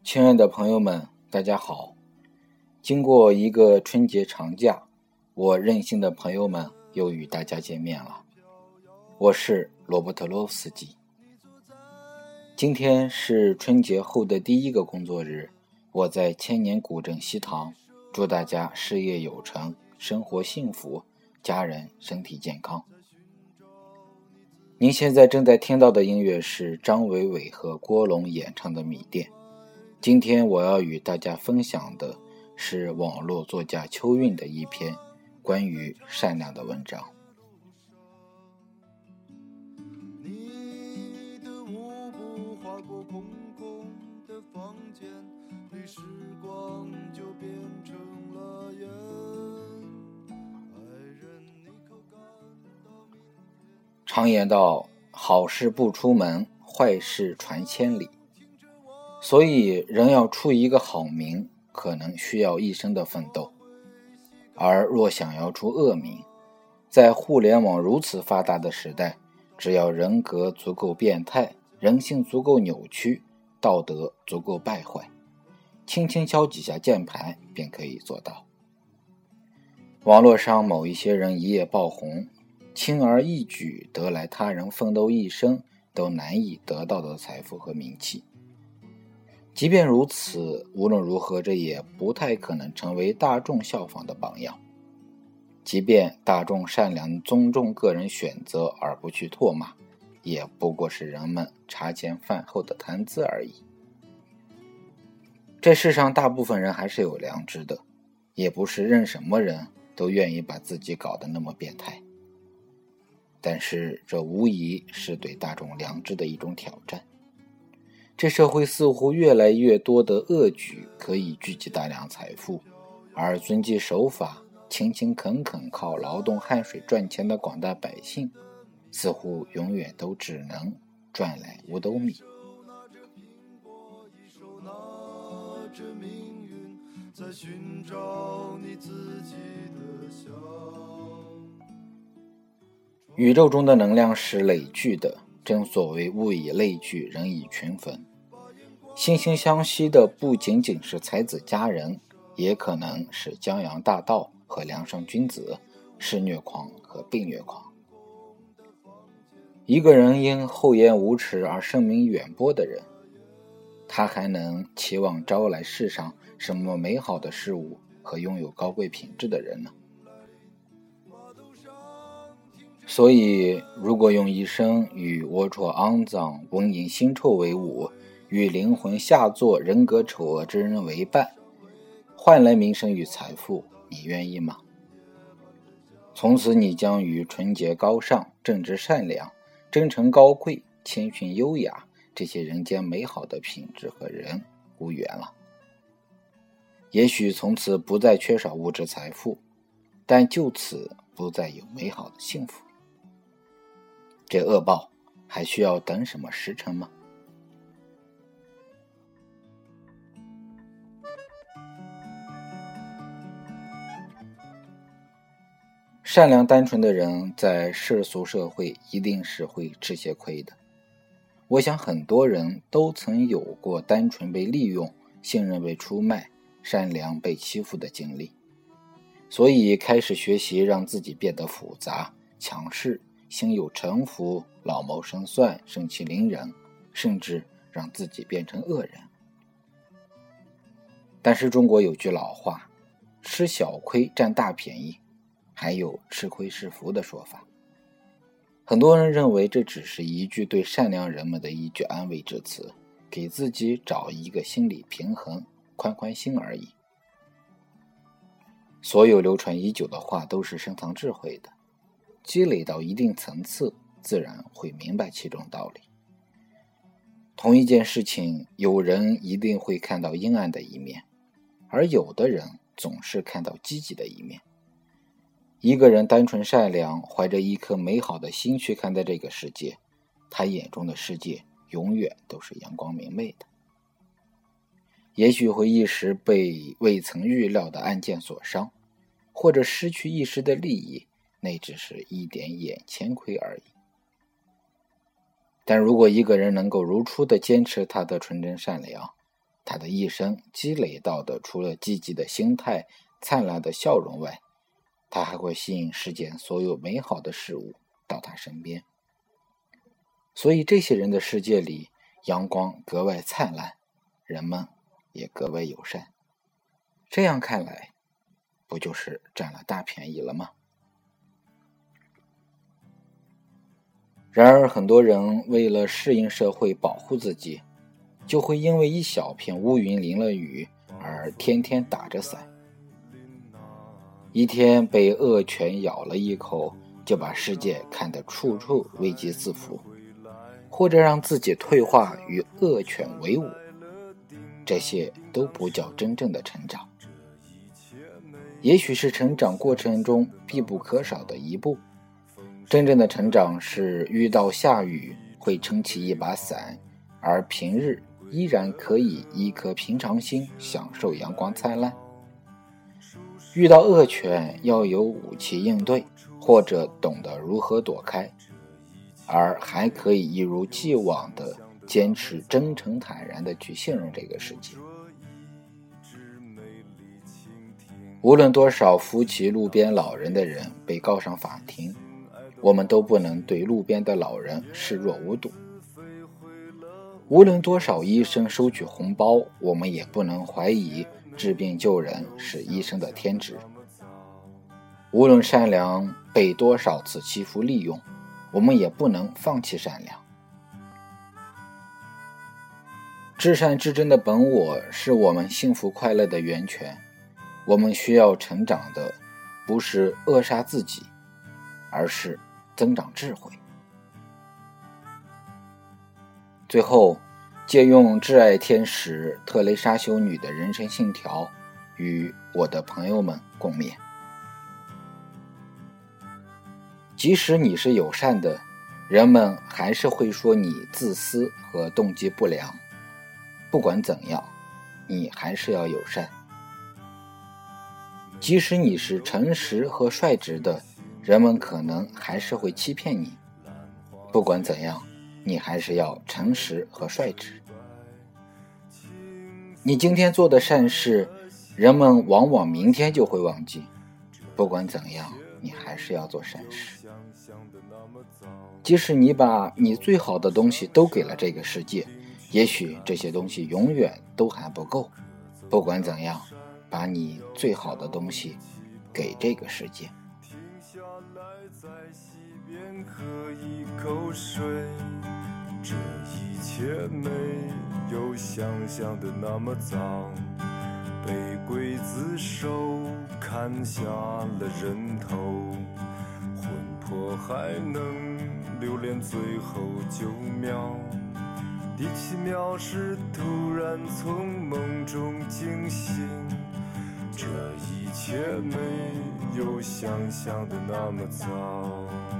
亲爱的朋友们，大家好。经过一个春节长假，我任性的朋友们又与大家见面了。我是罗伯特洛夫斯基。今天是春节后的第一个工作日，我在千年古镇西塘，祝大家事业有成，生活幸福，家人身体健康。您现在正在听到的音乐是张伟伟和郭龙演唱的《米店》。今天我要与大家分享的是网络作家邱韵的一篇关于善良的文章。 你的舞步划过空空的房间里，时光就变成了烟。爱人你可感到明天。 常言道，好事不出门，坏事传千里。所以人要出一个好名，可能需要一生的奋斗。而若想要出恶名，在互联网如此发达的时代，只要人格足够变态，人性足够扭曲，道德足够败坏，轻轻敲几下键盘便可以做到。网络上某一些人一夜爆红，轻而易举得来他人奋斗一生都难以得到的财富和名气。即便如此，无论如何，这也不太可能成为大众效仿的榜样。即便大众善良尊重个人选择而不去唾骂，也不过是人们茶前饭后的谈资而已。这世上大部分人还是有良知的，也不是任什么人都愿意把自己搞得那么变态。但是这无疑是对大众良知的一种挑战。这社会似乎越来越多的恶举可以聚集大量财富，而遵纪守法、勤勤恳恳靠劳动汗水赚钱的广大百姓，似乎永远都只能赚来五斗米。 在寻找你自己的香。 宇宙中的能量是累聚的，正所谓物以类聚，人以群分。惺惺相惜的不仅仅是才子佳人，也可能是江洋大盗和梁上君子，施虐狂和被虐狂。一个人因厚颜无耻而声名远播的人，他还能期望招来世上什么美好的事物和拥有高贵品质的人呢？所以如果用一生与龌龊肮脏、文淫腥臭为伍，与灵魂下作、人格丑恶之人为伴，换来名声与财富，你愿意吗？从此你将与纯洁高尚、正直善良、真诚高贵、谦逊优雅这些人间美好的品质和人无缘了。也许从此不再缺少物质财富，但就此不再有美好的幸福。这恶报还需要等什么时辰吗？善良单纯的人在世俗社会一定是会吃些亏的。我想很多人都曾有过单纯被利用、信任被出卖、善良被欺负的经历，所以开始学习让自己变得复杂、强势、心有城府、老谋深算、盛气凌人，甚至让自己变成恶人。但是中国有句老话，吃小亏占大便宜，还有吃亏是福的说法。很多人认为这只是一句对善良人们的一句安慰之词，给自己找一个心理平衡，宽宽心而已。所有流传已久的话都是深藏智慧的，积累到一定层次，自然会明白其中道理。同一件事情，有人一定会看到阴暗的一面，而有的人总是看到积极的一面。一个人单纯善良，怀着一颗美好的心去看待这个世界，他眼中的世界永远都是阳光明媚的。也许会一时被未曾预料的案件所伤，或者失去一时的利益，那只是一点眼前亏而已。但如果一个人能够如初的坚持他的纯真善良， 他的一生积累到的除了积极的心态、灿烂的笑容外，他还会吸引世间所有美好的事物到他身边。所以这些人的世界里，阳光格外灿烂，人们也格外友善。这样看来，不就是占了大便宜了吗？然而很多人为了适应社会，保护自己，就会因为一小片乌云淋了雨而天天打着伞。一天被恶犬咬了一口，就把世界看得处处危机四伏，或者让自己退化与恶犬为伍，这些都不叫真正的成长。也许是成长过程中必不可少的一步。真正的成长是遇到下雨会撑起一把伞，而平日依然可以一颗平常心享受阳光灿烂。遇到恶犬要有武器应对，或者懂得如何躲开，而还可以一如既往地坚持真诚坦然地去信任这个世界。无论多少扶起路边老人的人被告上法庭，我们都不能对路边的老人视若无睹。无论多少医生收取红包，我们也不能怀疑治病救人是医生的天职。无论善良被多少次欺负利用，我们也不能放弃善良。至善至真的本我是我们幸福快乐的源泉。我们需要成长的不是扼杀自己，而是增长智慧。最后，借用挚爱天使特蕾莎修女的人生信条，与我的朋友们共勉。即使你是友善的，人们还是会说你自私和动机不良。不管怎样，你还是要友善。即使你是诚实和率直的，人们可能还是会欺骗你。不管怎样，你还是要诚实和率直。你今天做的善事，人们往往明天就会忘记。不管怎样，你还是要做善事。即使你把你最好的东西都给了这个世界，也许这些东西永远都还不够。不管怎样，把你最好的东西给这个世界。 停下来，在溪边喝一口水，这一切没有想象的那么糟。被刽子手砍下了人头，魂魄还能留恋最后9秒。第7秒是突然从梦中惊醒，这一切没有想象的那么糟。